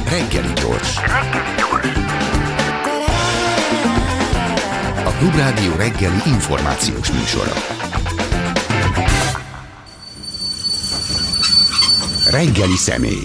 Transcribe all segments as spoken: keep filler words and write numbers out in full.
Reggeli gyors. A Klubrádió reggeli információs műsora. Reggeli személy.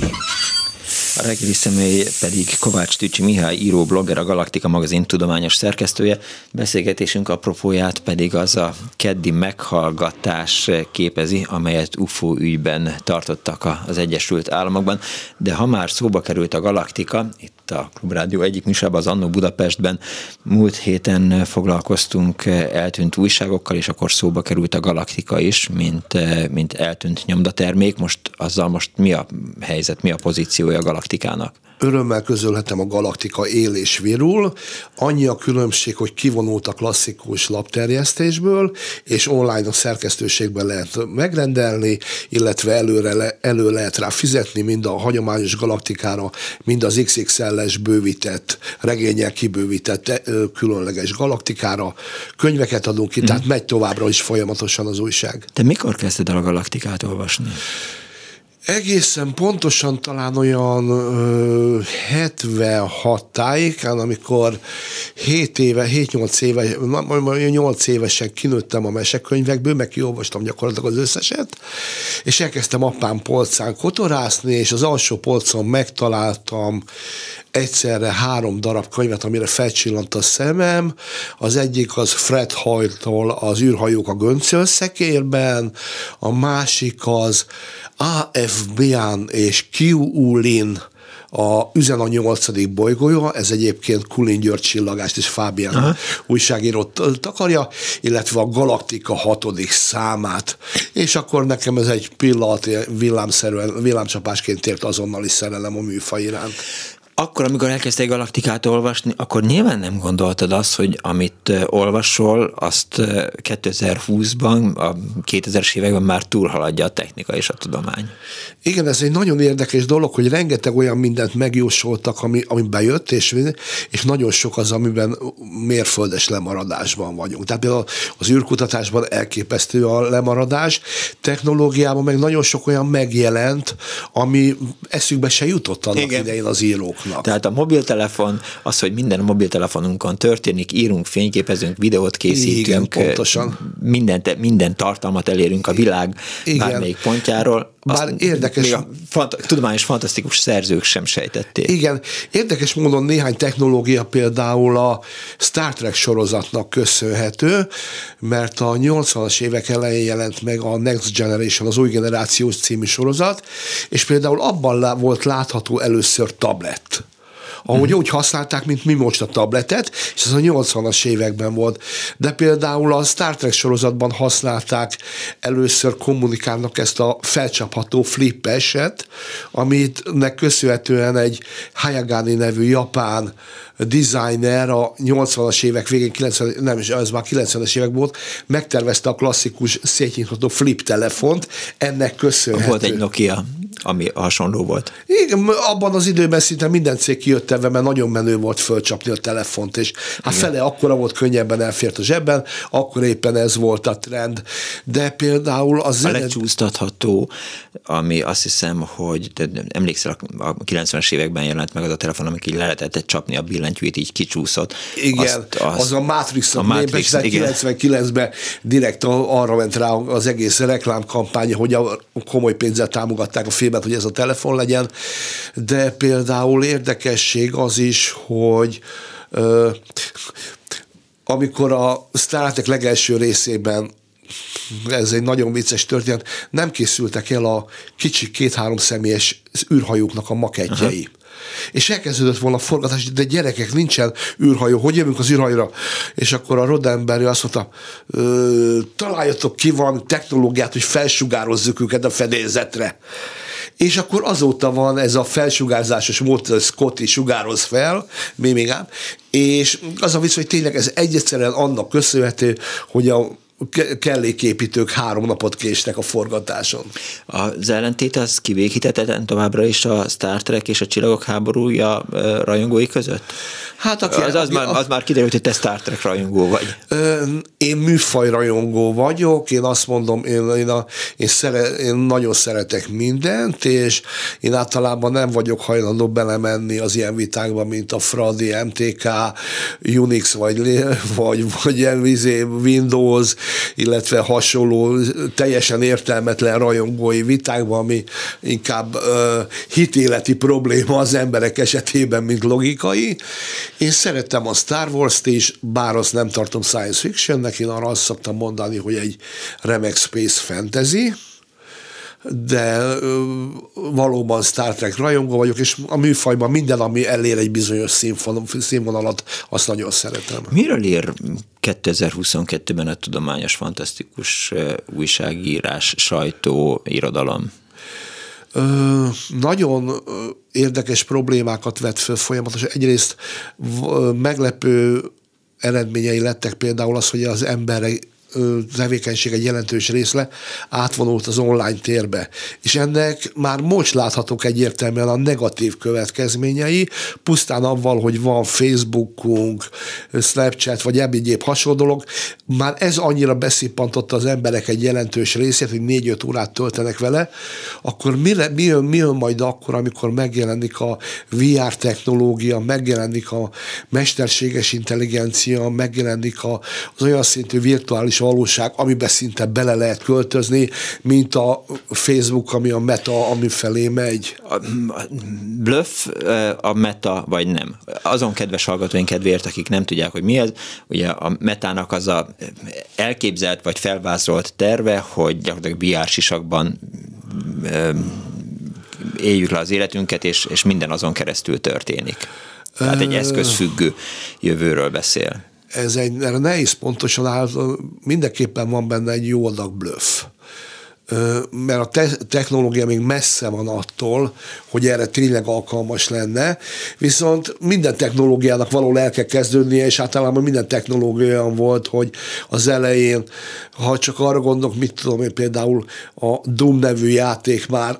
A reggeli személy pedig Kovács Tücsi Mihály, író, blogger, a Galaktika magazin tudományos szerkesztője. Beszélgetésünk apropóját pedig az a keddi meghallgatás képezi, amelyet u f o ügyben tartottak az Egyesült Államokban. De ha már szóba került a Galaktika, itt a Klubrádió egyik műsorában, az Annó Budapestben múlt héten foglalkoztunk eltűnt újságokkal, és akkor szóba került a Galaktika is, mint, mint eltűnt nyomdatermék. Most azzal most mi a helyzet, mi a pozíciója a Galaktikának? Örömmel közölhetem, a Galaktika él és virul. Annyi a különbség, hogy kivonult a klasszikus lapterjesztésből, és online a szerkesztőségben lehet megrendelni, illetve előre le, elő lehet rá fizetni, mind a hagyományos Galaktikára, mind az iksz iksz el-es bővített, regénnyel kibővített különleges Galaktikára. Könyveket adunk ki, mm. tehát megy továbbra is folyamatosan az újság. Te mikor kezdted el a Galaktikát olvasni? Egészen pontosan talán olyan ö, hetvenhat tájékán, amikor hét éve, hét-nyolc éve, nyolc évesen kinőttem a mesekönyvekből, meg kiolvastam gyakorlatilag az összeset, és elkezdtem apám polcán kotorászni, és az alsó polcon megtaláltam egyszerre három darab könyvet, amire felcsillant a szemem. Az egyik az Fred Hoyle-tól az űrhajók a göncölszekérben, a másik az á ef Bian és Q Lin, a Üzen a nyolcadik bolygója, ez egyébként Kulin György csillagást és Fábián Aha. újságírót takarja, illetve a Galaktika hatodik számát. És akkor nekem ez egy pillanat villámszerűen, villámcsapásként tért azonnali szerelem a műfaj iránt. Akkor, amikor elkezdtél Galaktikát olvasni, akkor nyilván nem gondoltad azt, hogy amit olvasol, azt kétezer-húszban, a kétezres években már túlhaladja a technika és a tudomány. Igen, ez egy nagyon érdekes dolog, hogy rengeteg olyan mindent megjósoltak, ami, ami bejött, és, és nagyon sok az, amiben mérföldes lemaradásban vagyunk. Tehát például az űrkutatásban elképesztő a lemaradás, technológiában meg nagyon sok olyan megjelent, ami eszükbe se jutott annak Igen. idején az íróknak. Tehát a mobiltelefon, az, hogy minden a mobiltelefonunkon történik, írunk, fényképezünk, videót készítünk, Igen, pontosan. Minden, minden tartalmat elérünk a világ Igen. bármelyik pontjáról. Bár érdekes. Még a fant- tudományos, fantasztikus szerzők sem sejtették. Igen, érdekes módon néhány technológia például a Star Trek sorozatnak köszönhető, mert a nyolcvanas évek elején jelent meg a Next Generation, az új generációs című sorozat, és például abban volt látható először tablet. Ahogy hmm. úgy használták, mint mi most a tabletet, és ez a nyolcvanas években volt. De például a Star Trek sorozatban használták először kommunikálnak ezt a felcsapható flippeset, amitnek köszönhetően egy Hayagani nevű japán designer a nyolcvanas évek végén, kilencven, nem is, ez már kilencvenes évek volt, megtervezte a klasszikus szétnyitható flip telefont, ennek köszönhető. Volt egy Nokia, ami hasonló volt. Igen, abban az időben szinte minden cég kijött ebben, mert nagyon menő volt fölcsapni a telefont, és hát Igen. fele akkora volt, könnyebben elfért a zsebben, akkor éppen ez volt a trend. De például az... A zened... lecsúsztatható, ami azt hiszem, hogy emlékszel, a kilencvenes években jelent meg az a telefon, amik így le lehetett csapni a billentyűt, így kicsúszott. Igen, azt, az, az a Matrix, a Matrix kilencvenkilencben direkt arra ment rá az egész reklámkampánya, hogy a komoly pénzzel támogatták a filmet, hogy ez a telefon legyen, de például érdekesség az is, hogy ö, amikor a Star Trek legelső részében, ez egy nagyon vicces történet, nem készültek el a kicsi két-három személyes űrhajóknak a makettjei. Aha. És elkezdődött volna a forgatás, de gyerekek, nincsen űrhajó, hogy jövünk az űrhajóra? És akkor a Roddenberry azt mondta, találjatok ki valami technológiát, hogy felsugározzuk őket a fedélzetre. És akkor azóta van ez a felsugárzásos módszer, Scotty sugároz fel, még még ám, és az a vicc, hogy tényleg ez egyszerűen annak köszönhető, hogy a kelléképítők három napot késtek a forgatáson. Az ellentét az kivéghitetetlen továbbra is a Star Trek és a Csillagok háborúja rajongói között? Hát aki, az, az, a, már, az már kiderült, hogy te Star Trek rajongó vagy. Én műfaj rajongó vagyok, én azt mondom, én, én, a, én, szere, én nagyon szeretek mindent, és én általában nem vagyok hajlandó belemenni az ilyen vitákba, mint a Fradi, em té ká, Unix, vagy, vagy, vagy Windows, illetve hasonló teljesen értelmetlen rajongói vitákban, ami inkább uh, hitéleti probléma az emberek esetében, mint logikai. Én szerettem a Star Wars-t is, bár azt nem tartom science fictionnek, én arra azt szoktam mondani, hogy egy remek space fantasy, de valóban Star Trek rajongó vagyok, és a műfajban minden, ami elér egy bizonyos színvonalat, azt nagyon szeretem. Miről ír kétezer-huszonkettőben a tudományos, fantasztikus újságírás, sajtó, irodalom? Ö, nagyon érdekes problémákat vet föl folyamatosan. Egyrészt meglepő eredményei lettek például az, hogy az emberek tevékenység egy jelentős része átvonult az online térbe. És ennek már most láthatók egyértelműen a negatív következményei, pusztán avval, hogy van Facebookunk, Snapchat, vagy egyéb hasonló dolog, már ez annyira beszippantotta az emberek egy jelentős részét, hogy négy-öt órát töltenek vele, akkor mi, mi, jön, mi jön majd akkor, amikor megjelenik a vé er technológia, megjelenik a mesterséges intelligencia, megjelenik a, az olyan szintű virtuális valóság, amiben szinte bele lehet költözni, mint a Facebook, ami a meta, ami felé megy. A bluff a meta, vagy nem? Azon kedves hallgatóink kedvéért, akik nem tudják, hogy mi ez, ugye a metának az a elképzelt vagy felvázolt terve, hogy gyakorlatilag vé er sisakban éljük le az életünket, és, és minden azon keresztül történik. Tehát egy eszközfüggő jövőről beszél. Ez egy, erre nehéz pontosan áll, mindenképpen van benne egy jó adag bluff. Mert a te- technológia még messze van attól, hogy erre tényleg alkalmas lenne, viszont minden technológiának való el kell kezdődnie, és általában minden technológia olyan volt, hogy az elején, ha csak arra gondolok, mit tudom én, például a Doom nevű játék már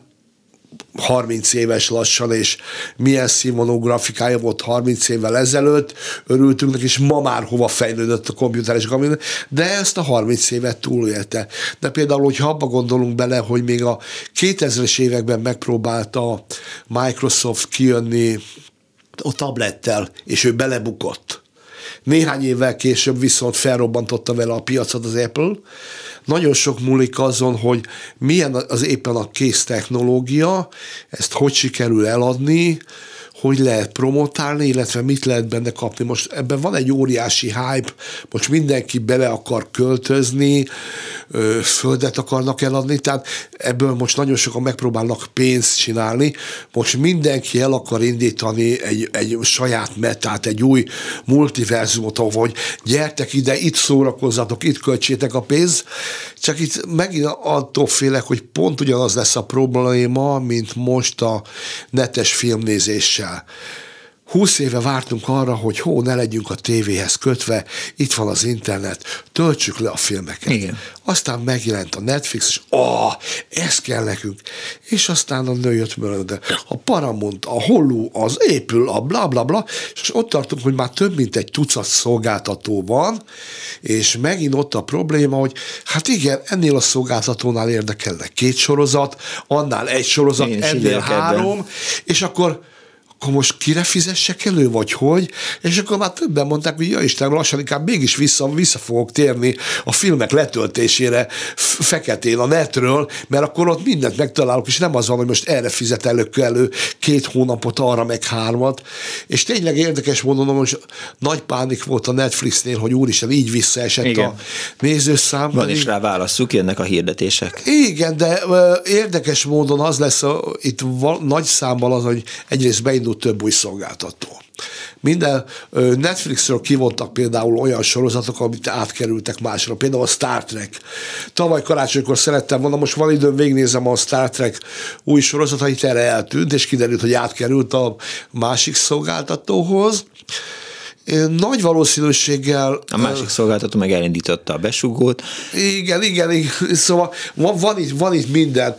harminc éves lassan, és milyen színvonalú grafikája volt harminc évvel ezelőtt, örültünk neki, és ma már hova fejlődött a komputeres gamin, de ezt a harminc évet túlélte. De például, hogyha abba gondolunk bele, hogy még a kétezres években megpróbálta a Microsoft kijönni a tablettel, és ő belebukott. Néhány évvel később viszont felrobbantotta vele a piacot az Apple. Nagyon sok múlik azon, hogy milyen az éppen a kész technológia, ezt hogy sikerül eladni, hogy lehet promotálni, illetve mit lehet benne kapni. Most ebben van egy óriási hype, most mindenki bele akar költözni, földet akarnak eladni, tehát ebből most nagyon sokan megpróbálnak pénzt csinálni. Most mindenki el akar indítani egy, egy saját metát, egy új multiverzumot, hogy gyertek ide, itt szórakozzatok, itt költsétek a pénzt, csak itt megint attól félek, hogy pont ugyanaz lesz a probléma, mint most a netes filmnézéssel. Húsz éve vártunk arra, hogy hó, ne legyünk a tévéhez kötve, itt van az internet, töltsük le a filmeket. Igen. Aztán megjelent a Netflix, és ah, ez kell nekünk. És aztán a nő jött mögötte. A Paramount, a Hulu, az épül, a bla bla bla, és ott tartunk, hogy már több mint egy tucat szolgáltató van, és megint ott a probléma, hogy hát igen, ennél a szolgáltatónál érdekelne két sorozat, annál egy sorozat, én ennél három, ebben. És akkor akkor most kire fizessek elő, vagy hogy? És akkor már többen mondták, hogy ja Istenem, lassan inkább mégis vissza, vissza fogok térni a filmek letöltésére feketén a netről, mert akkor ott mindent megtalálok, és nem az van, hogy most erre fizet elő, elő két hónapot, arra meg hármat. És tényleg érdekes módon, most nagy pánik volt a Netflixnél, hogy úristen, így visszaesett igen. a nézőszám. Van is rá válasszuk, jönnek a hirdetések. Igen, de uh, érdekes módon az lesz a, itt val, nagy számmal az, hogy egyrészt beindul több új szolgáltató. Minden Netflixről kivontak például olyan sorozatok, amit átkerültek másra. Például a Star Trek. Tavaly karácsonykor szerettem volna, most van időm, végignézem a Star Trek új sorozatait, erre eltűnt, és kiderült, hogy átkerült a másik szolgáltatóhoz. Nagy valószínűséggel... A másik szolgáltató meg elindította a besugót. Igen, igen, igen. Szóval van, van, itt, van itt minden.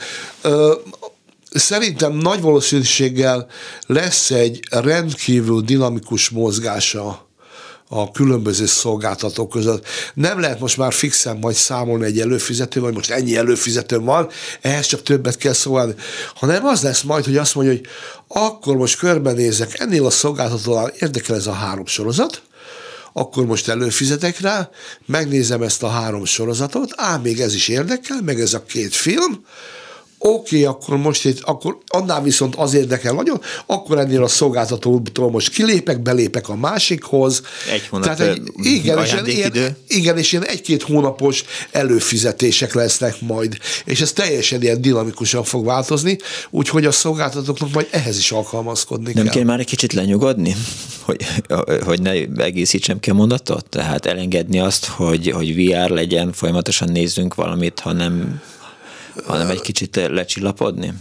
Szerintem nagy valószínűséggel lesz egy rendkívül dinamikus mozgása a különböző szolgáltatók között. Nem lehet most már fixen majd számolni egy előfizető, vagy most ennyi előfizető van, ehhez csak többet kell szólni. Hanem az lesz majd, hogy azt mondja, hogy akkor most körbenézek, ennél a szolgáltatónál érdekel ez a három sorozat, akkor most előfizetek rá, megnézem ezt a három sorozatot, ám még ez is érdekel, meg ez a két film, oké, okay, akkor most itt, akkor annál viszont az érdekel nagyon, akkor ennél a szolgáltatótól most kilépek, belépek a másikhoz. Egy hónap Tehát egy, igen, és ilyen, igen, és ilyen egy-két hónapos előfizetések lesznek majd, és ez teljesen ilyen dinamikusan fog változni, úgyhogy a szolgáltatóknak majd ehhez is alkalmazkodni Nem kell. kell már egy kicsit lenyugodni, hogy, hogy ne egészítsem ki a mondatot? Tehát elengedni azt, hogy, hogy vé er legyen, folyamatosan nézzünk valamit, hanem hanem egy kicsit lecsillapodni?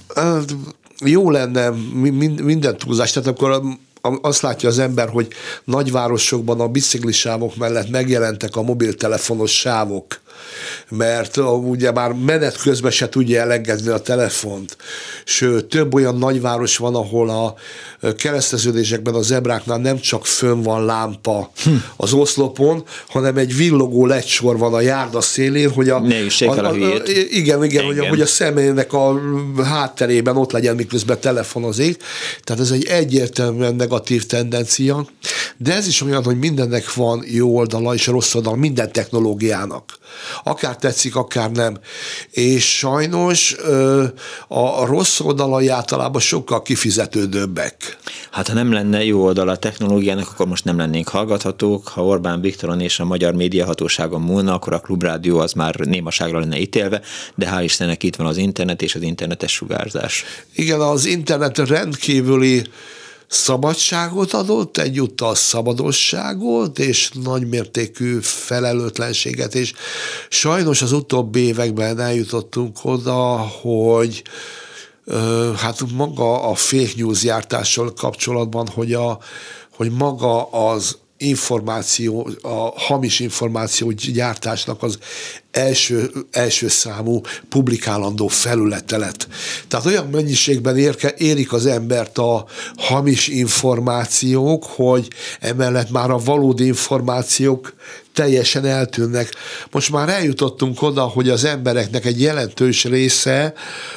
Jó lenne minden túlzás, tehát akkor azt látja az ember, hogy nagyvárosokban a biciklisávok mellett megjelentek a mobiltelefonos sávok, mert ugye már menet közben se tudja elengedni a telefont. Sőt, több olyan nagyváros van, ahol a kereszteződésekben a zebráknál nem csak fönn van lámpa hm. az oszlopon, hanem egy villogó ledssor van a járda szélén, hogy a, ne is a, a, a igen, igen, hogy a, hogy a személynek a hátterében ott legyen, miközben telefonozik. Tehát ez egy egyértelműen negatív tendencia, de ez is olyan, hogy mindennek van jó oldala és rossz oldala, minden technológiának. Akár tetszik, akár nem. És sajnos a rossz oldalai általában sokkal kifizetődőbbek. Hát ha nem lenne jó oldala a technológiának, akkor most nem lennénk hallgathatók. Ha Orbán Viktoron és a Magyar Médiahatóságon múlna, akkor a Klubrádió az már némaságra lenne ítélve, de hál' Istennek itt van az internet és az internetes sugárzás. Igen, az internet rendkívüli szabadságot adott, egyúttal szabadosságot, és nagymértékű felelőtlenséget, és sajnos az utóbbi években eljutottunk oda, hogy hát maga a fake news gyártással kapcsolatban, hogy, a, hogy maga az információ, a hamis információ gyártásnak az első, első számú publikálandó felülete lett. Tehát olyan mennyiségben érke, érik az embert a hamis információk, hogy emellett már a valódi információk teljesen eltűnnek. Most már eljutottunk oda, hogy az embereknek egy jelentős része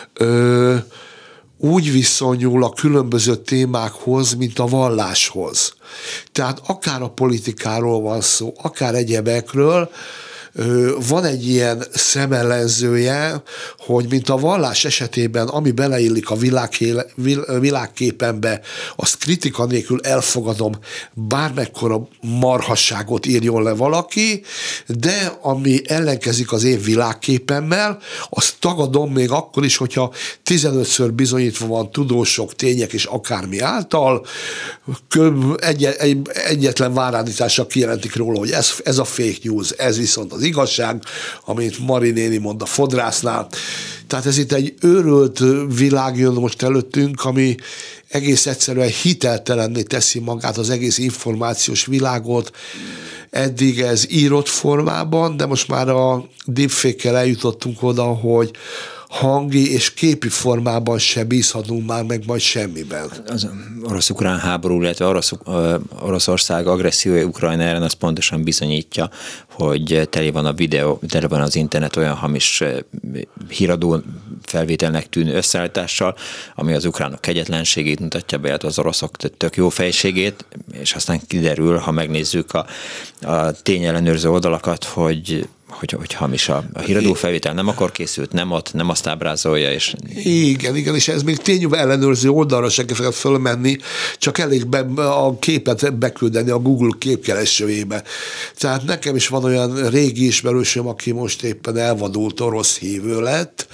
ö, úgy viszonyul a különböző témákhoz, mint a valláshoz. Tehát akár a politikáról van szó, akár egyebekről, van egy ilyen szemellenzője, hogy mint a vallás esetében, ami beleillik a világkéle, világképembe, azt kritika nélkül elfogadom, bármekkora marhasságot írjon le valaki, de ami ellenkezik az én világképemmel, azt tagadom még akkor is, hogyha tizenötször bizonyítva van tudósok, tények és akármi által, egy, egy, egyetlen várállítással kijelentik róla, hogy ez, ez a fake news, ez viszont az igazság, amit Mari néni mond a fodrásznál. Tehát ez itt egy őrült világ jön most előttünk, ami egész egyszerűen hiteltelenné teszi magát az egész információs világot. Eddig ez írott formában, de most már a deepfake-kel eljutottunk oda, hogy hangi és képi formában se bízhatunk már meg majd semmiben. Az orosz-ukrán háború, illetve Orosz, Oroszország agressziója Ukrajna ellen az pontosan bizonyítja, hogy tele van a videó, tele van az internet olyan hamis híradó felvételnek tűnő összeállítással, ami az ukránok kegyetlenségét mutatja be, illetve az oroszok tök jó fejségét, és aztán kiderül, ha megnézzük a, a tényellenőrző oldalakat, hogy Hogy, hogy hamis a, a híradó felvétel, nem akkor készült, nem ott, nem azt ábrázolja. És... Igen, igen, és ez még tényleg ellenőrző oldalra se kell fölmenni, csak elég be, a képet beküldeni a Google képkeresőjébe. Tehát nekem is van olyan régi ismerősöm, aki most éppen elvadult orosz hívő lett,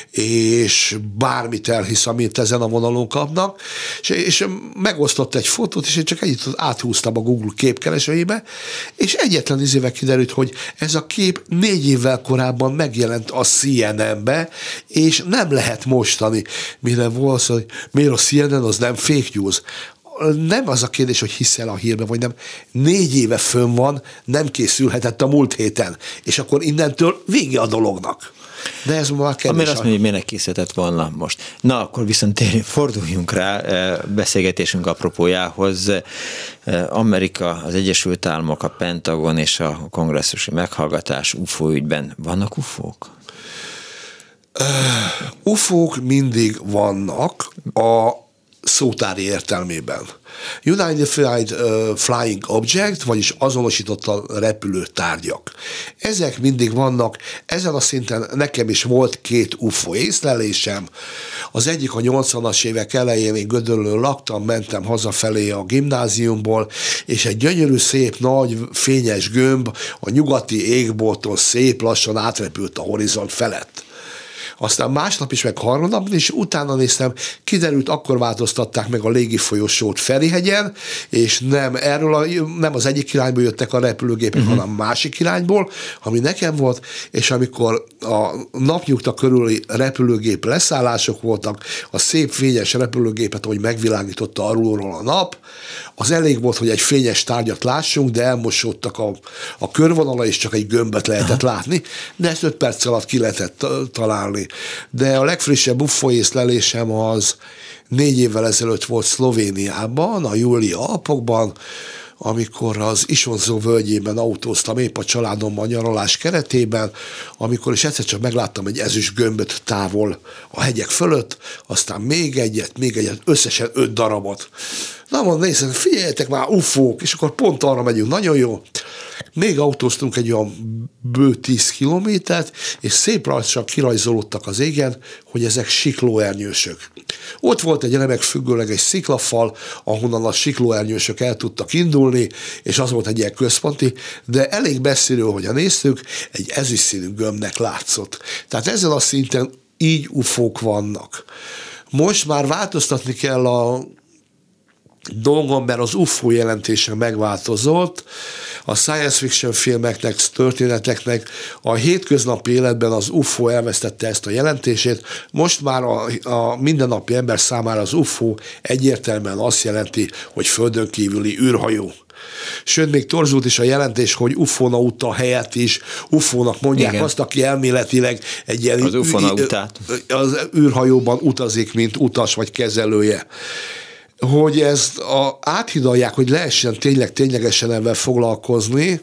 és bármit elhisz, amit ezen a vonalon kapnak, és, és megosztott egy fotót, és én csak egyet áthúztam a Google képkeresőjébe, és egyetlen izével kiderült, hogy ez a kép négy évvel korábban megjelent a C N N-be, és nem lehet mostani. Mire volt, hogy miért a C N N az nem fake news? nem az a kérdés, hogy hiszel a hírbe, vagy nem. Négy éve fönn van, nem készülhetett a múlt héten. És akkor innentől vége a dolognak. De ez már kérdés. Amire azt mondja, hogy miért készített volna most. Na, akkor viszont térjünk, forduljunk rá beszélgetésünk apropójához. Amerika, az Egyesült Államok, a Pentagon és a kongresszusi meghallgatás u f o ügyben. Vannak u f o-k? Uh, u f o-k mindig vannak a szótári értelmében. Unified uh, Flying Object, vagyis azonosított repülő tárgyak. Ezek mindig vannak, ezen a szinten nekem is volt két u f o észlelésem. Az egyik a nyolcvanas évek elején, én Gödöllőn laktam, mentem hazafelé a gimnáziumból, és egy gyönyörű, szép, nagy, fényes gömb a nyugati égbolton szép lassan átrepült a horizont felett. Aztán másnap is, meg harmadnap is, utána néztem, kiderült, akkor változtatták meg a légifolyosót Ferihegyen, és nem, erről a, nem az egyik irányból jöttek a repülőgépek, uh-huh. hanem a másik irányból, ami nekem volt, és amikor a napnyugta körüli repülőgép leszállások voltak, a szép fényes repülőgépet, ahogy megvilágította alulról a nap, az elég volt, hogy egy fényes tárgyat lássunk, de elmosódtak a, a körvonala, és csak egy gömböt lehetett Aha. látni, de ezt öt perc alatt ki lehetett találni. De a legfrissebb u f o észlelésem az négy évvel ezelőtt volt Szlovéniában, a Júlia Alpokban, amikor az Isonzó völgyében autóztam épp a családommal nyaralás keretében, amikor is egyszer csak megláttam egy ezüst gömböt távol a hegyek fölött, aztán még egyet, még egyet, összesen öt darabot. Na mondom, nézd, figyeljetek már, u f o-k, és akkor pont arra megyünk, nagyon jó. Még autóztunk egy olyan bő tíz kilométert, és szép lassan kirajzolódtak az égen, hogy ezek siklóernyősök. Ott volt egy remek függőleges sziklafal, ahonnan a siklóernyősök el tudtak indulni, és az volt egy ilyen központi, de elég messziről, hogy a néztük, egy ezüstszínű gömbnek látszott. Tehát ezen a szinten így u f o-k vannak. Most már változtatni kell a dolgom, mert az u f o jelentése megváltozott, a science fiction filmeknek, történeteknek a hétköznapi életben az u f o elvesztette ezt a jelentését, most már a, a mindennapi ember számára az u f o egyértelműen azt jelenti, hogy földön kívüli űrhajó. Sőt, még torzult is a jelentés, hogy ufonauta helyett is ufónak mondják Igen. azt, aki elméletileg egy ilyen az ufonautát. Az űrhajóban utazik, mint utas vagy kezelője. Hogy ezt a, áthidalják, hogy lehessen tényleg, ténylegesen ebben foglalkozni,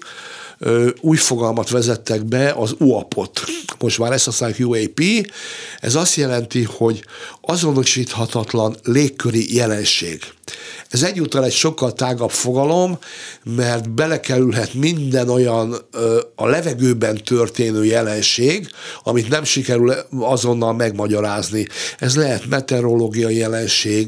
új fogalmat vezettek be, az u á pé-ot. Most már ezt használjuk u á pé. Ez azt jelenti, hogy azonosíthatatlan légköri jelenség. Ez egyúttal egy sokkal tágabb fogalom, mert belekerülhet minden olyan a levegőben történő jelenség, amit nem sikerül azonnal megmagyarázni. Ez lehet meteorológiai jelenség,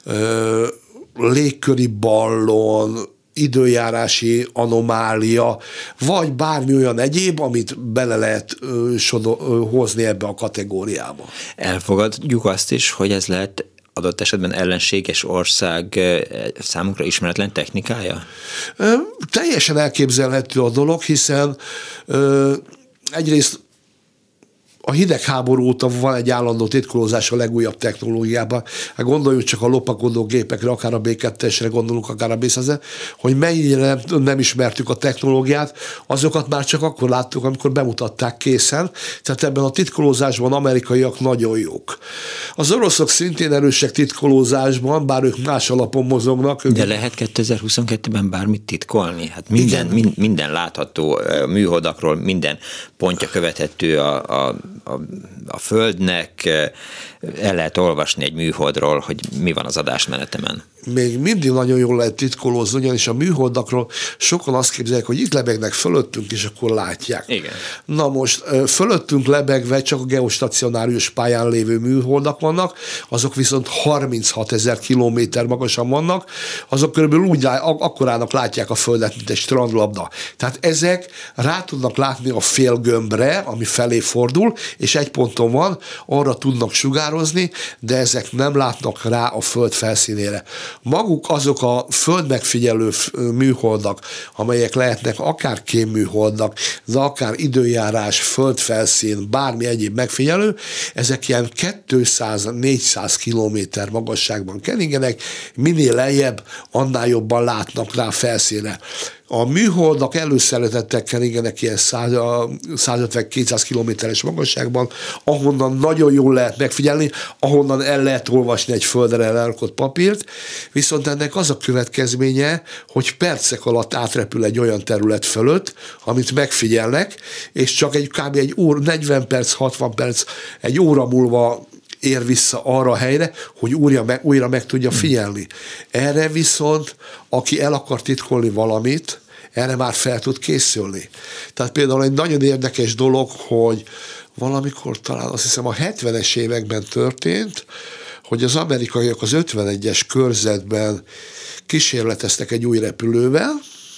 légköri ballon, időjárási anomália, vagy bármi olyan egyéb, amit bele lehet ö, sodo, ö, hozni ebbe a kategóriába. Elfogadjuk azt is, hogy ez lehet adott esetben ellenséges ország számunkra ismeretlen technikája? Ö, teljesen elképzelhető a dolog, hiszen ö, egyrészt a hidegháború óta van egy állandó titkolózás a legújabb technológiában. Hát gondoljunk csak a lopakodó gépekre, akár a bé kettesre gondolunk, akár a bé százre, hogy mennyire nem, nem ismertük a technológiát, azokat már csak akkor láttuk, amikor bemutatták készen. Tehát ebben a titkolózásban amerikaiak nagyon jók. Az oroszok szintén erősek titkolózásban, bár ők más alapon mozognak. De lehet kétezer-huszonkettőben bármit titkolni? Hát minden, mind, minden látható műholdakról, minden pontja követhető a, a A, a Földnek, el lehet olvasni egy műholdról, hogy mi van az adásmenetemen. Még mindig nagyon jól lehet titkolózni, ugyanis a műholdakról sokan azt képzelik, hogy itt lebegnek fölöttünk, és akkor látják. Igen. Na most fölöttünk lebegve csak a geostacionárius pályán lévő műholdak vannak, azok viszont harminchat kilométer magasan vannak, azok körülbelül úgy akkorának látják a Földet, mint egy strandlabda. Tehát ezek rá tudnak látni a félgömbre, ami felé fordul, és egy ponton van, arra tudnak sugározni, de ezek nem látnak rá a föld felszínére. Maguk azok a földmegfigyelő műholdak, amelyek lehetnek akár kémműholdak, de akár időjárás, földfelszín, bármi egyéb megfigyelő, ezek ilyen kétszáz-négyszáz kilométer magasságban keringenek, minél lejjebb, annál jobban látnak rá a felszínre. A műholdak előszeretettel keringenek ilyen száz ötven-kétszáz kilométeres magasságban, ahonnan nagyon jól lehet megfigyelni, ahonnan el lehet olvasni egy földre lerakott papírt, viszont ennek az a következménye, hogy percek alatt átrepül egy olyan terület fölött, amit megfigyelnek, és csak egy kb. Egy óra, negyven perc, hatvan perc, egy óra múlva ér vissza arra a helyre, hogy újra meg, újra meg tudja figyelni. Erre viszont, aki el akar titkolni valamit, erre már fel tud készülni. Tehát például egy nagyon érdekes dolog, hogy valamikor talán azt hiszem a hetvenes években történt, hogy az amerikaiak az ötvenegyes körzetben kísérleteztek egy új repülővel,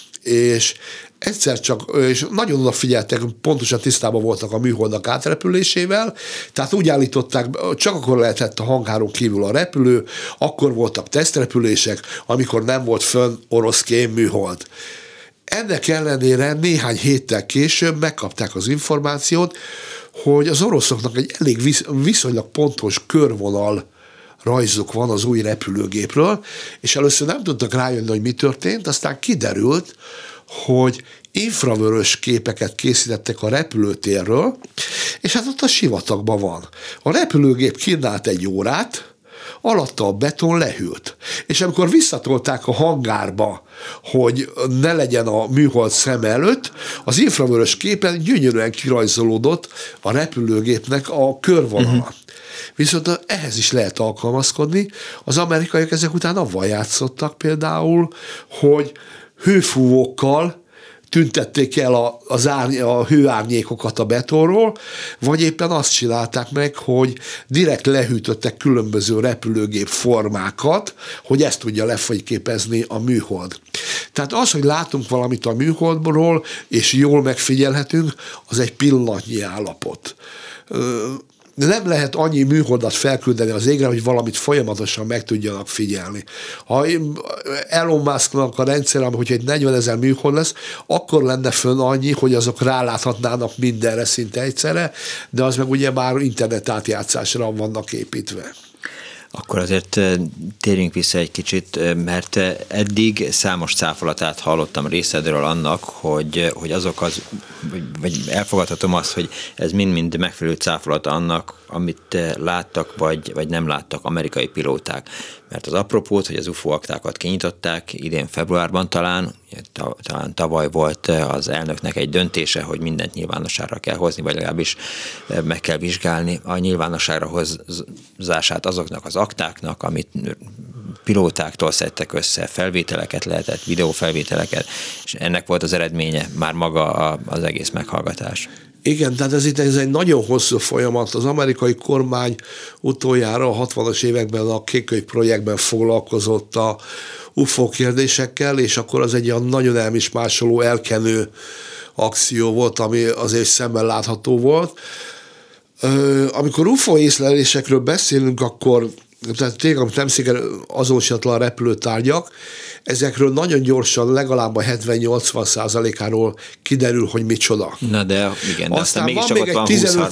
és egyszer csak, és nagyon odafigyeltek, pontosan tisztában voltak a műholdak átrepülésével, tehát úgy állították, csak akkor lehetett a hangáron kívül a repülő, akkor voltak tesztrepülések, amikor nem volt fönn orosz kémműhold. Ennek ellenére néhány héttel később megkapták az információt, hogy az oroszoknak egy elég visz, viszonylag pontos körvonal rajzuk van az új repülőgépről, és először nem tudtak rájönni, hogy mi történt, aztán kiderült, hogy infravörös képeket készítettek a repülőtérről, és hát ott a sivatagban van. A repülőgép kínált egy órát, alatta a beton lehűlt. És amikor visszatolták a hangárba, hogy ne legyen a műhold szem előtt, az infravörös képen gyönyörűen kirajzolódott a repülőgépnek a körvonala. Uh-huh. Viszont ehhez is lehet alkalmazkodni. Az amerikaiak ezek után avval játszottak például, hogy hőfúvókkal tüntették el a, az árny, a hőárnyékokat a betonról, vagy éppen azt csinálták meg, hogy direkt lehűtöttek különböző repülőgép formákat, hogy ezt tudja lefényképezni a műhold. Tehát az, hogy látunk valamit a műholdról, és jól megfigyelhetünk, az egy pillanatnyi állapot. Nem lehet annyi műholdat felküldeni az égre, hogy valamit folyamatosan meg tudjanak figyelni. Ha Elon Musknak a rendszer, hogy egy negyvenezer műhold lesz, akkor lenne fönn annyi, hogy azok ráláthatnának mindenre szinte egyszerre, de az meg ugye már internet átjátszásra vannak építve. Akkor azért térjünk vissza egy kicsit, mert eddig számos cáfolatát hallottam részedről annak, hogy, hogy azok az, vagy elfogadhatom azt, hogy ez mind-mind megfelelő cáfolat annak, amit láttak, vagy, vagy nem láttak amerikai pilóták. Mert az apropót, hogy az u f o aktákat kinyitották, idén februárban talán, talán tavaly volt az elnöknek egy döntése, hogy mindent nyilvánosságra kell hozni, vagy legalábbis meg kell vizsgálni a nyilvánosságra hozását azoknak az aktáknak, amit pilótáktól szedtek össze, felvételeket lehetett, videófelvételeket, és ennek volt az eredménye már maga az egész meghallgatás. Igen, tehát ez itt ez egy nagyon hosszú folyamat. Az amerikai kormány utoljára a hatvanas években a Kékkönyv projektben foglalkozott a u f o kérdésekkel, és akkor az egy olyan nagyon elmismásoló, elkenő akció volt, ami azért szemmel látható volt. Amikor u f o észlelésekről beszélünk, akkor tehát tényleg, amit nem szépen azonosítatlan repülőtárgyak, ezekről nagyon gyorsan, legalább a hetven-nyolcvan százalékáról kiderül, hogy micsoda. Na de igen, de aztán, aztán van még egy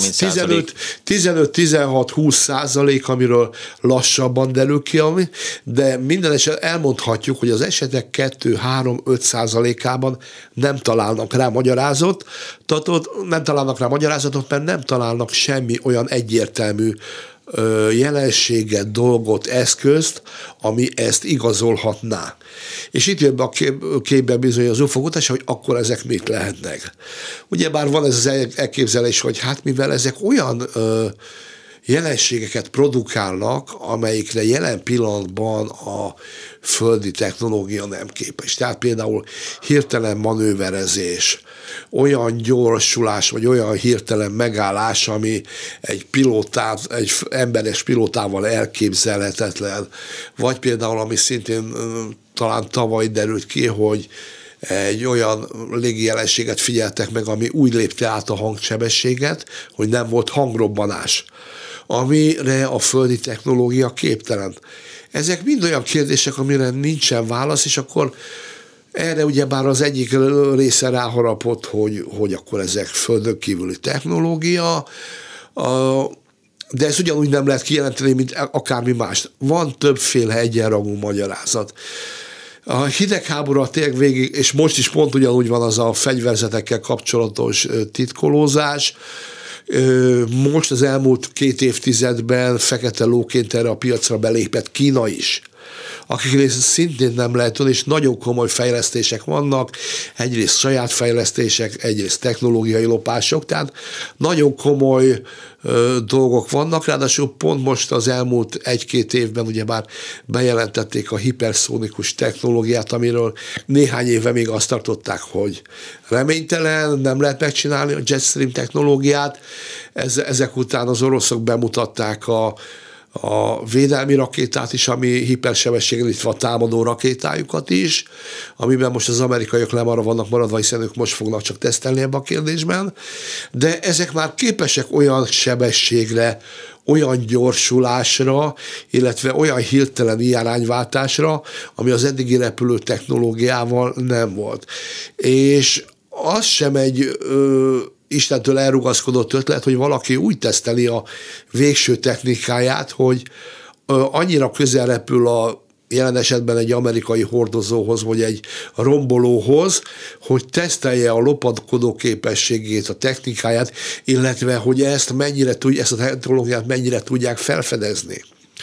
tizenöt-tizenhat-húsz százalék, amiről lassabban derül ki, de minden esetben elmondhatjuk, hogy az esetek kettő-három-öt százalékában nem találnak rá magyarázatot, nem találnak rá magyarázatot, mert nem találnak semmi olyan egyértelmű jelenséget, dolgot, eszközt, ami ezt igazolhatná. És itt jön be a kép, képbe bizony az u f o kutatás, hogy akkor ezek mit lehetnek. Ugyebár van ez az elképzelés, hogy hát mivel ezek olyan ö, jelenségeket produkálnak, amelyikre jelen pillanatban a földi technológia nem képes. Tehát például hirtelen manőverezés, olyan gyorsulás, vagy olyan hirtelen megállás, ami egy pilótát, egy emberes pilótával elképzelhetetlen. Vagy például, ami szintén talán tavaly derült ki, hogy egy olyan légijelenséget figyeltek meg, ami úgy lépte át a hangsebességet, hogy nem volt hangrobbanás, amire a földi technológia képtelen. Ezek mind olyan kérdések, amire nincsen válasz, és akkor erre ugyebár az egyik része ráharapott, hogy, hogy akkor ezek földön kívüli technológia, de ezt ugyanúgy nem lehet kijelenteni, mint akármi más. Van többféle egyenrangú magyarázat. A hidegháború tényleg végig, és most is pont ugyanúgy van az a fegyverzetekkel kapcsolatos titkolózás. Most az elmúlt két évtizedben fekete lóként erre a piacra belépett Kína is, akik szintén nem lehet tudni, és nagyon komoly fejlesztések vannak, egyrészt saját fejlesztések, egyrészt technológiai lopások, tehát nagyon komoly ö, dolgok vannak, ráadásul pont most az elmúlt egy-két évben ugyebár bejelentették a hiperszónikus technológiát, amiről néhány éve még azt tartották, hogy reménytelen, nem lehet megcsinálni a Jetstream technológiát. Ez, ezek után az oroszok bemutatták a a védelmi rakétát is, ami hipersebességgel, illetve a támadó rakétájukat is, amiben most az amerikaiak lemarra vannak maradva, hiszen ők most fognak csak tesztelni ebben a kérdésben, de ezek már képesek olyan sebességre, olyan gyorsulásra, illetve olyan hirtelen irányváltásra, ami az eddigi repülő technológiával nem volt. És az sem egy ö, Istentől elrugaszkodott ötlet, hogy valaki úgy teszteli a végső technikáját, hogy annyira közel repül a jelen esetben egy amerikai hordozóhoz, vagy egy rombolóhoz, hogy tesztelje a lopakodó képességét, a technikáját, illetve hogy ezt mennyire tud, ezt a technológiát mennyire tudják felfedezni.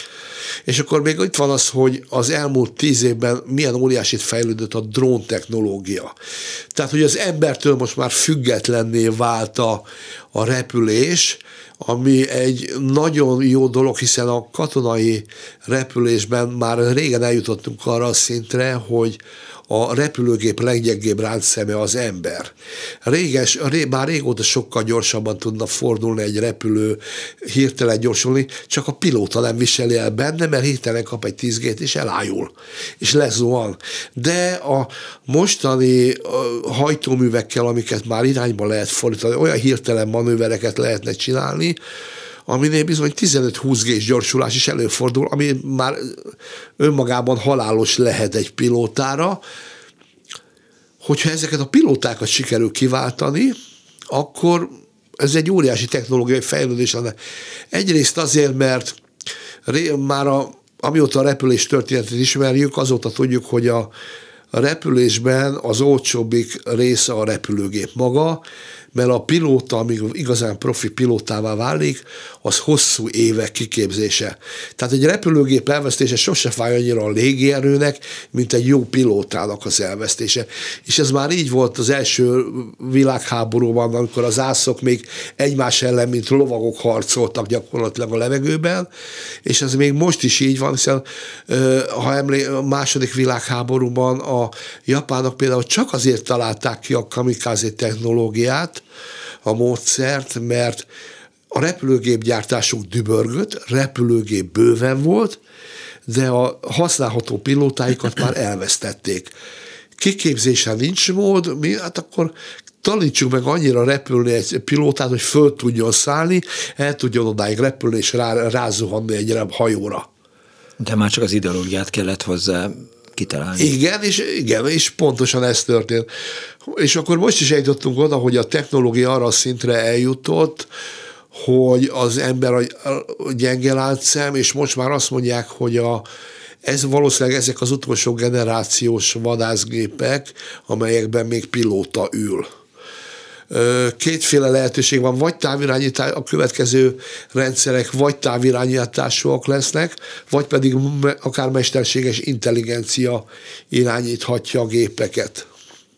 És akkor még itt van az, hogy az elmúlt tíz évben milyen óriásit fejlődött a drón technológia. Tehát, hogy az embertől most már függetlenné vált a, a repülés, ami egy nagyon jó dolog, hiszen a katonai repülésben már régen eljutottunk arra a szintre, hogy a repülőgép leggyengébb ráncszeme az ember. Réges, ré, már régóta sokkal gyorsabban tudna fordulni egy repülő, hirtelen gyorsulni, csak a pilóta nem viseli el benne, mert hirtelen kap egy tíz gét, és elájul, és lezuhan. De a mostani hajtóművekkel, amiket már irányba lehet fordítani, olyan hirtelen manővereket lehetne csinálni, aminél bizony tizenöt-húsz gés gyorsulás is előfordul, ami már önmagában halálos lehet egy pilótára. Hogyha ezeket a pilótákat sikerül kiváltani, akkor ez egy óriási technológiai fejlődés lenne. Egyrészt azért, mert már a, amióta a repülés történetét ismerjük, azóta tudjuk, hogy a A repülésben az olcsóbbik része a repülőgép maga, mert a pilóta, amíg igazán profi pilótává válik, az hosszú évek kiképzése. Tehát egy repülőgép elvesztése sose fáj annyira a légierőnek, mint egy jó pilótának az elvesztése. És ez már így volt az első világháborúban, amikor az ászok még egymás ellen, mint lovagok harcoltak gyakorlatilag a levegőben, és ez még most is így van, hiszen ha emlé- a második világháborúban a japánok például csak azért találták ki a kamikaze technológiát, a módszert, mert a repülőgép gyártásuk dübörgött, repülőgép bőven volt, de a használható pilótáikat már elvesztették. Kiképzésre nincs mód, mi? Hát akkor tanítsuk meg annyira repülni egy pilótát, hogy föl tudjon szállni, el tudjon odáig repülni, és rá, rázuhanni egy hajóra. De már csak az ideológiát kellett hozzá kitalálni. Igen, és, igen, és pontosan ez történt. És akkor most is eljutottunk oda, hogy a technológia arra a szintre eljutott, hogy az ember a gyenge láncszem, és most már azt mondják, hogy a, ez valószínűleg ezek az utolsó generációs vadászgépek, amelyekben még pilóta ül. Kétféle lehetőség van, vagy távirányítás, a következő rendszerek vagy távirányításúak lesznek, vagy pedig akár mesterséges intelligencia irányíthatja a gépeket.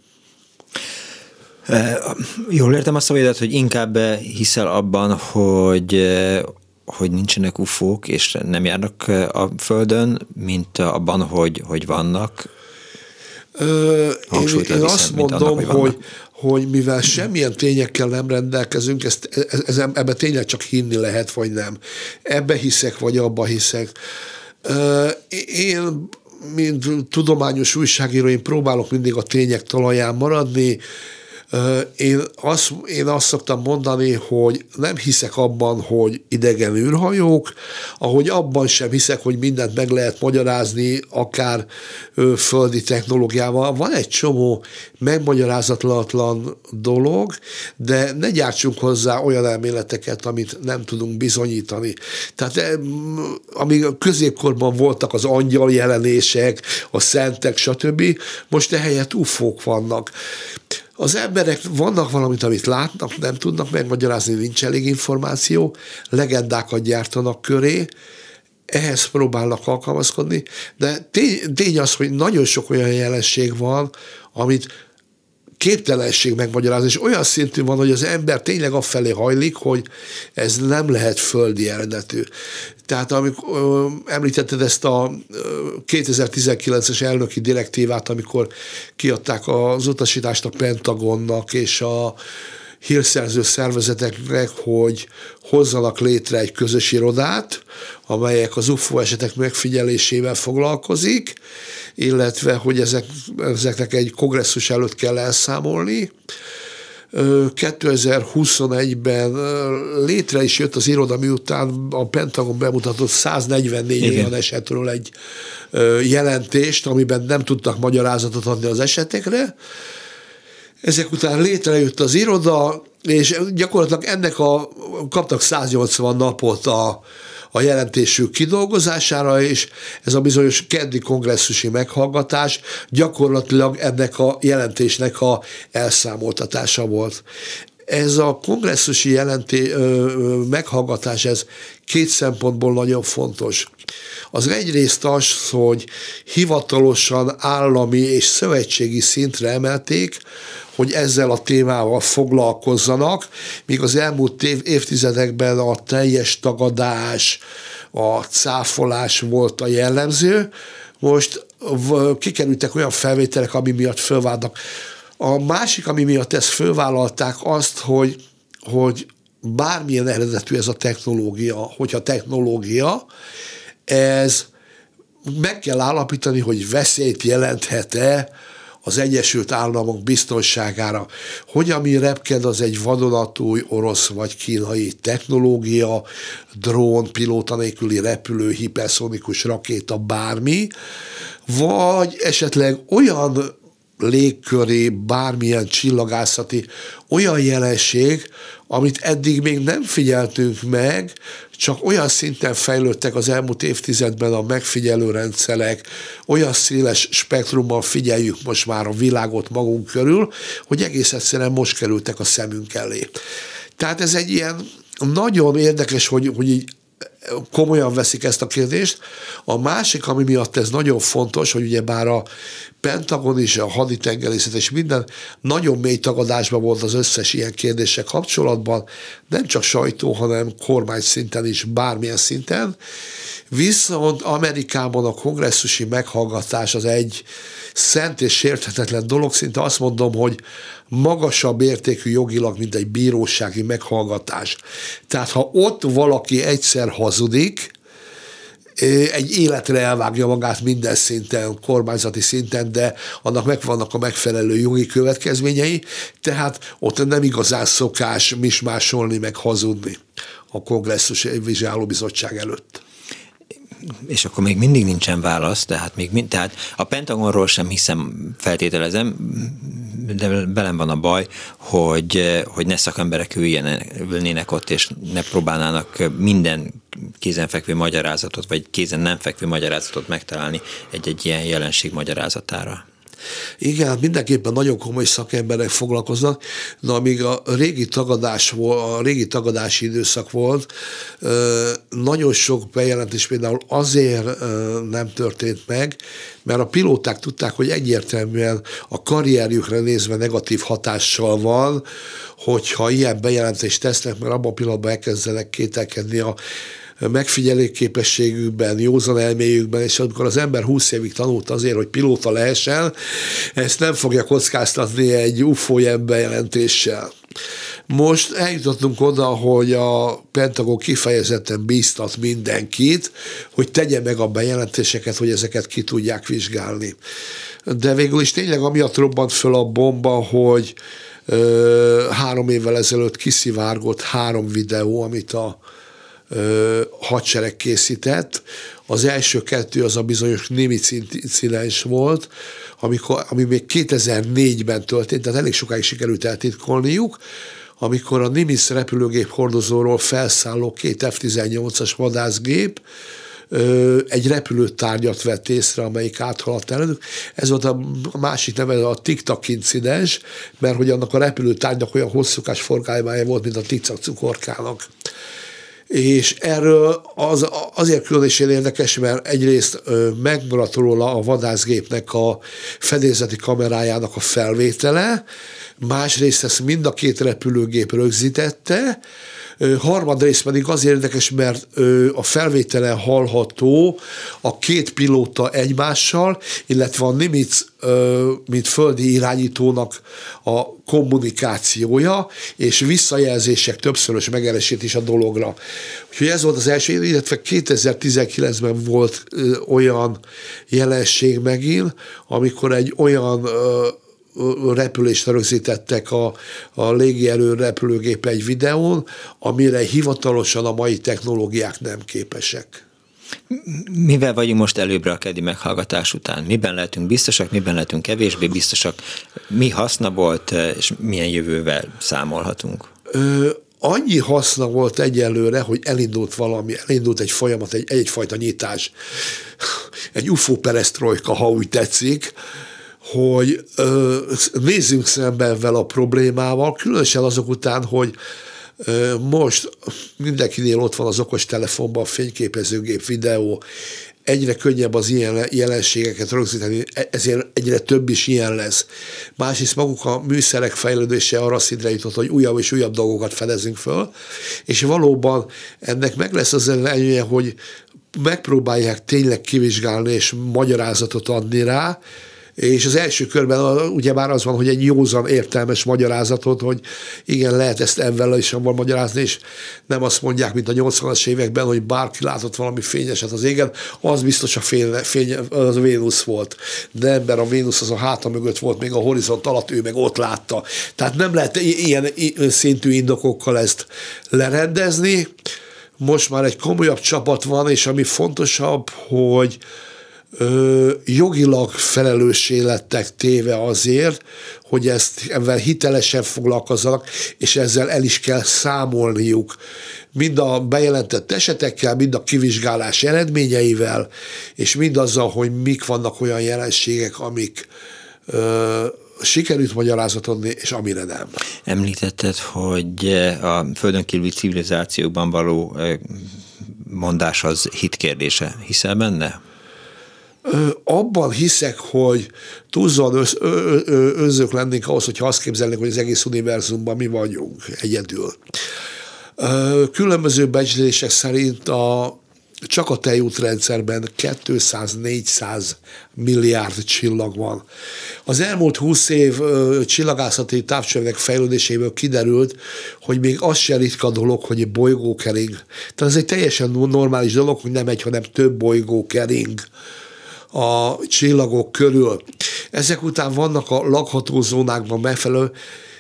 Jól értem a szavaidat, hogy inkább hiszel abban, hogy, hogy nincsenek ufók, és nem járnak a Földön, mint abban, hogy, hogy vannak? Ö, én, én azt mondom, annak, hogy, hogy, hogy mivel semmilyen tényekkel nem rendelkezünk, ezt, ez, ebben tényleg csak hinni lehet, vagy nem. Ebbe hiszek, vagy abba hiszek. Ö, én mint tudományos újságíró, én próbálok mindig a tények talaján maradni. Én azt, én azt szoktam mondani, hogy nem hiszek abban, hogy idegen űrhajók, ahogy abban sem hiszek, hogy mindent meg lehet magyarázni, akár földi technológiával. Van egy csomó megmagyarázatlan dolog, de ne gyártsunk hozzá olyan elméleteket, amit nem tudunk bizonyítani. Tehát amíg a középkorban voltak az angyal jelenések, a szentek, stb., most ehelyett ufók vannak. Az emberek vannak valamit, amit látnak, nem tudnak megmagyarázni, nincs elég információ, legendákat gyártanak köré, ehhez próbálnak alkalmazkodni, de tény, tény az, hogy nagyon sok olyan jelenség van, amit képtelenség megmagyarázni, és olyan szintű van, hogy az ember tényleg afelé hajlik, hogy ez nem lehet földi eredetű. Tehát amikor ö, említetted ezt a kétezer-tizenkilences elnöki direktívát, amikor kiadták az utasítást a Pentagonnak és a hírszerző szervezeteknek, hogy hozzanak létre egy közös irodát, amelyek az u f o esetek megfigyelésével foglalkozik, illetve, hogy ezek, ezeknek egy kongresszus előtt kell elszámolni. kétezer-huszonegyben létre is jött az iroda, miután a Pentagon bemutatott száznegyvennégy Igen. olyan esetről egy jelentést, amiben nem tudtak magyarázatot adni az esetekre. Ezek után létrejött az iroda, és gyakorlatilag ennek a, kaptak száznyolcvan napot a, a jelentésük kidolgozására, és ez a bizonyos keddi kongresszusi meghallgatás gyakorlatilag ennek a jelentésnek a elszámoltatása volt. Ez a kongresszusi jelenté, ö, meghallgatás, ez két szempontból nagyon fontos. Az egyrészt az, hogy hivatalosan állami és szövetségi szintre emelték, hogy ezzel a témával foglalkozzanak, míg az elmúlt év, évtizedekben a teljes tagadás, a cáfolás volt a jellemző. Most kikerültek olyan felvételek, ami miatt fölválnak. A másik, ami miatt ezt fölvállalták, azt, hogy, hogy bármilyen eredetű ez a technológia, hogyha technológia, ez meg kell állapítani, hogy veszélyt jelenthet-e az Egyesült Államok biztonságára. Hogy ami repked, az egy vadonatúj orosz vagy kínai technológia, drón, pilóta nélküli repülő, hiperszonikus rakéta, bármi, vagy esetleg olyan légköri, bármilyen csillagászati olyan jelenség, amit eddig még nem figyeltünk meg, csak olyan szinten fejlődtek az elmúlt évtizedben a megfigyelő rendszerek, olyan széles spektrumban figyeljük most már a világot magunk körül, hogy egész egyszerűen most kerültek a szemünk elé. Tehát ez egy ilyen nagyon érdekes, hogy, hogy így komolyan veszik ezt a kérdést. A másik, ami miatt ez nagyon fontos, hogy ugyebár a Pentagon és a haditengerészet és minden nagyon mély tagadásban volt az összes ilyen kérdéssel kapcsolatban, nem csak sajtó, hanem kormány szinten is, bármilyen szinten. Viszont Amerikában a kongresszusi meghallgatás az egy szent és sérthetetlen dolog, szinte azt mondom, hogy magasabb értékű jogilag, mint egy bírósági meghallgatás. Tehát ha ott valaki egyszer hazudik, egy életre elvágja magát minden szinten, kormányzati szinten, de annak megvannak a megfelelő jogi következményei, tehát ott nem igazán szokás mismásolni, meg hazudni a kongresszus vizsgálóbizottság előtt. És akkor még mindig nincsen válasz, tehát, még mind, tehát a Pentagonról sem hiszem, feltételezem, de belem van a baj, hogy, hogy ne szakemberek ülnének ott, és ne próbálnának minden kézenfekvő magyarázatot, vagy kézen nem fekvő magyarázatot megtalálni egy-egy ilyen jelenség magyarázatára. Igen, mindenképpen nagyon komoly szakemberek foglalkoznak, de amíg a régi tagadás volt, a régi tagadási időszak volt, nagyon sok bejelentés például azért nem történt meg, mert a pilóták tudták, hogy egyértelműen a karrierjükre nézve negatív hatással van, hogyha ilyen bejelentést tesznek, mert abban a pillanatban elkezdenek kételkedni a megfigyelő képességükben, józan elméjükben, és amikor az ember húsz évig tanult azért, hogy pilóta lehessen, ezt nem fogja kockáztatni egy u f o bejelentéssel. Most eljutottunk oda, hogy a Pentagon kifejezetten bíztat mindenkit, hogy tegye meg a bejelentéseket, hogy ezeket ki tudják vizsgálni. De végül is tényleg amiatt robbant föl a bomba, hogy ö, három évvel ezelőtt kiszivárgott három videó, amit a ö, hadsereg készített. Az első kettő az a bizonyos Nimitz incidens volt, amikor, ami még kétezer-négyben történt, tehát elég sokáig sikerült eltitkolniuk, amikor a Nimitz repülőgép hordozóról felszálló két ef tizennyolcas vadászgép egy repülőtárgyat vett észre, amelyik áthaladt előtt. Ez volt a másik neve, a Tic-Tac incidens, mert hogy annak a repülőtárgynak olyan hosszúkás forgályománya volt, mint a Tic-Tac cukorkának. És erről az, azért különösen érdekes, mert egyrészt megmaradt róla a vadászgépnek a fedélzeti kamerájának a felvétele, másrészt ezt mind a két repülőgép rögzítette, harmadrészt pedig azért érdekes, mert a felvételen hallható a két pilóta egymással, illetve a Nimitz, mint földi irányítónak a kommunikációja, és visszajelzések többszörös megerősítés a dologra. Úgyhogy ez volt az első, illetve kétezer-tizenkilencben volt olyan jelenség megint, amikor egy olyan repülést rögzítettek a, a légierő repülőgépe egy videón, amire hivatalosan a mai technológiák nem képesek. Mivel vagyunk most előbbre a keddi meghallgatás után? Miben lehetünk biztosak, miben lehetünk kevésbé biztosak? Mi haszna volt, és milyen jövővel számolhatunk? Ö, annyi haszna volt egyelőre, hogy elindult valami, elindult egy folyamat, egy, egyfajta nyitás. Egy ufó perestrojka, ha úgy tetszik, hogy ö, nézzünk szembe ezzel a problémával, különösen azok után, hogy ö, most mindenkinél ott van az okostelefonban a fényképezőgép, videó, egyre könnyebb az ilyen jelenségeket rögzíteni, ezért egyre több is ilyen lesz. Másrészt maguk a műszerek fejlődése arra szintre jutott, hogy újabb és újabb dolgokat fedezünk föl, és valóban ennek meg lesz az előnye, hogy megpróbálják tényleg kivizsgálni és magyarázatot adni rá, és az első körben ugye már az van, hogy egy józan értelmes magyarázatot, hogy igen, lehet ezt ebben is abban magyarázni, és nem azt mondják, mint a nyolcvanas években, hogy bárki látott valami fényeset az égen, az biztos a fény, fény az a Vénusz volt. De ember, a Vénusz az a háta mögött volt, még a horizont alatt ő meg ott látta. Tehát nem lehet ilyen szintű indokokkal ezt lerendezni. Most már egy komolyabb csapat van, és ami fontosabb, hogy Ö, jogilag felelőssé lettek téve azért, hogy ezt ezzel hitelesen foglalkozzanak, és ezzel el is kell számolniuk. Mind a bejelentett esetekkel, mind a kivizsgálás eredményeivel, és mind azzal, hogy mik vannak olyan jelenségek, amik ö, sikerült magyarázatot adni, és amire nem. Említetted, hogy a földön kívüli civilizációkban való mondás az hitkérdése. Hiszel benne? Abban hiszek, hogy túlzóan önzők lennénk ahhoz, hogyha azt képzelnénk, hogy az egész univerzumban mi vagyunk egyedül. Különböző becslések szerint a, csak a tejútrendszerben kétszáz-négyszáz milliárd csillag van. Az elmúlt húsz év csillagászati távcsőnek fejlődéséből kiderült, hogy még az se ritka dolog, hogy egy bolygó kering. Tehát ez egy teljesen normális dolog, hogy nem egy, hanem több bolygó kering a csillagok körül. Ezek után vannak a lakható zónákban megfelelő,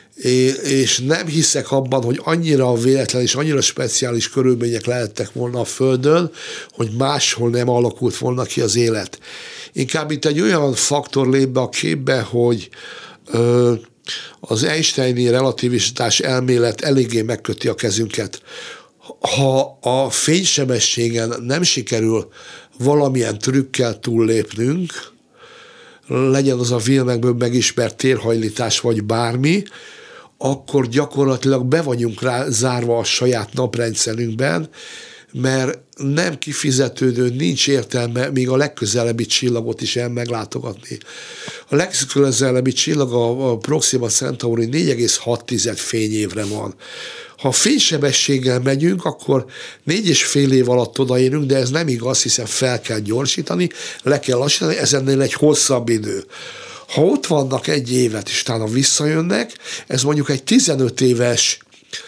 és nem hiszek abban, hogy annyira véletlen és annyira speciális körülmények lehettek volna a Földön, hogy máshol nem alakult volna ki az élet. Inkább itt egy olyan faktor lép be a képbe, hogy ö, az Einsteini relativitás elmélet eléggé megköti a kezünket. Ha a fénysebességen nem sikerül valamilyen trükkel túllépnünk, legyen az a filmekből megismert térhajlítás vagy bármi, akkor gyakorlatilag be vagyunk rá zárva a saját naprendszerünkben, mert nem kifizetődő, nincs értelme még a legközelebbi csillagot is el meglátogatni. A legközelebbi csillag, a Proxima Centauri négy egész hat fényévre van. Ha fénysebességgel megyünk, akkor négy és fél év alatt odaérünk, de ez nem igaz, hiszen fel kell gyorsítani, le kell lassítani, ez ennél egy hosszabb idő. Ha ott vannak egy évet, és utána visszajönnek, ez mondjuk egy tizenöt éves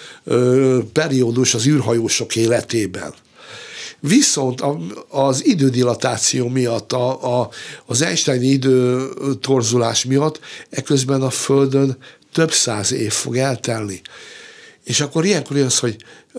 ö, periódus az űrhajósok életében. Viszont az idődilatáció miatt, a, a, az Einsteini időtorzulás miatt eközben a Földön több száz év fog eltelni. És akkor ilyenkor jön az, hogy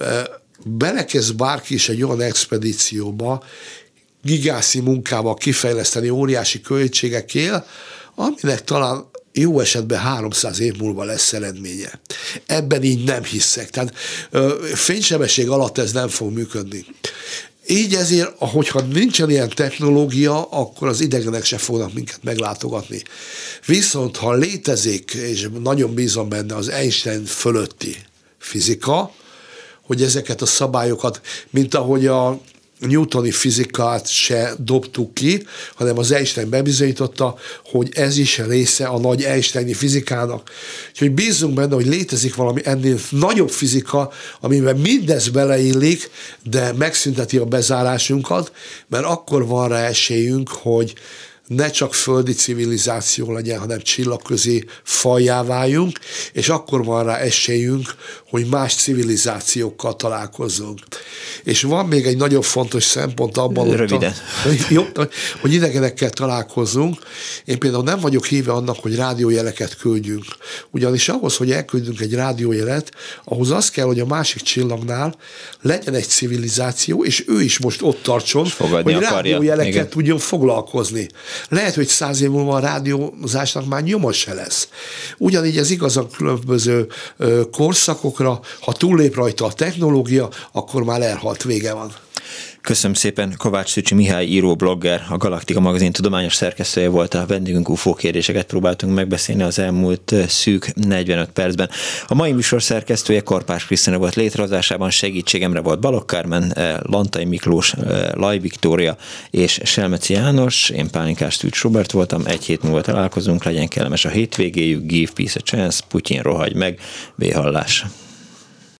belekezd bárki is egy olyan expedícióba, gigászi munkába kifejleszteni óriási költségekkel, aminek talán jó esetben háromszáz év múlva lesz eredménye. Ebben így nem hiszek. Tehát fénysebesség alatt ez nem fog működni. Így ezért, ahogyha nincsen ilyen technológia, akkor az idegenek se fognak minket meglátogatni. Viszont, ha létezik, és nagyon bízom benne, az Einstein fölötti fizika, hogy ezeket a szabályokat, mint ahogy a newtoni fizikát se dobtuk ki, hanem az Einstein bebizonyította, hogy ez is része a nagy Einsteini fizikának. Úgyhogy bízzunk benne, hogy létezik valami ennél nagyobb fizika, amiben mindez beleillik, de megszünteti a bezárásunkat, mert akkor van rá esélyünk, hogy ne csak földi civilizáció legyen, hanem csillagközi fajjá váljunk, és akkor van rá esélyünk, hogy más civilizációkkal találkozzunk. És van még egy nagyon fontos szempont abban, Röviden. Hogy, hogy idegenekkel találkozzunk. Én például nem vagyok híve annak, hogy rádiójeleket küldjünk. Ugyanis ahhoz, hogy elküldünk egy rádiójelet, ahhoz az kell, hogy a másik csillagnál legyen egy civilizáció, és ő is most ott tartson, hogy rádiójeleket tudjon foglalkozni. Lehet, hogy száz év múlva a rádiózásnak már nyoma se lesz. Ugyanígy ez igaz a különböző korszakokra, ha túllép rajta a technológia, akkor már elhalt, vége van. Köszönöm szépen, Kovács Tücsi Mihály író, blogger, a Galaktika magazin tudományos szerkesztője volt a vendégünk, u f o kérdéseket próbáltunk megbeszélni az elmúlt szűk negyvenöt percben. A mai műsor szerkesztője Karpás Krisztina volt, létrehozásában segítségemre volt Balogh Kármen, Lantai Miklós, Laj Viktória és Selmeci János, én Pálinkás Tűcs Robert voltam, egy hét múlva találkozunk, legyen kellemes a hétvégéjük, give peace a chance, Putyin rohagy meg, véhallás.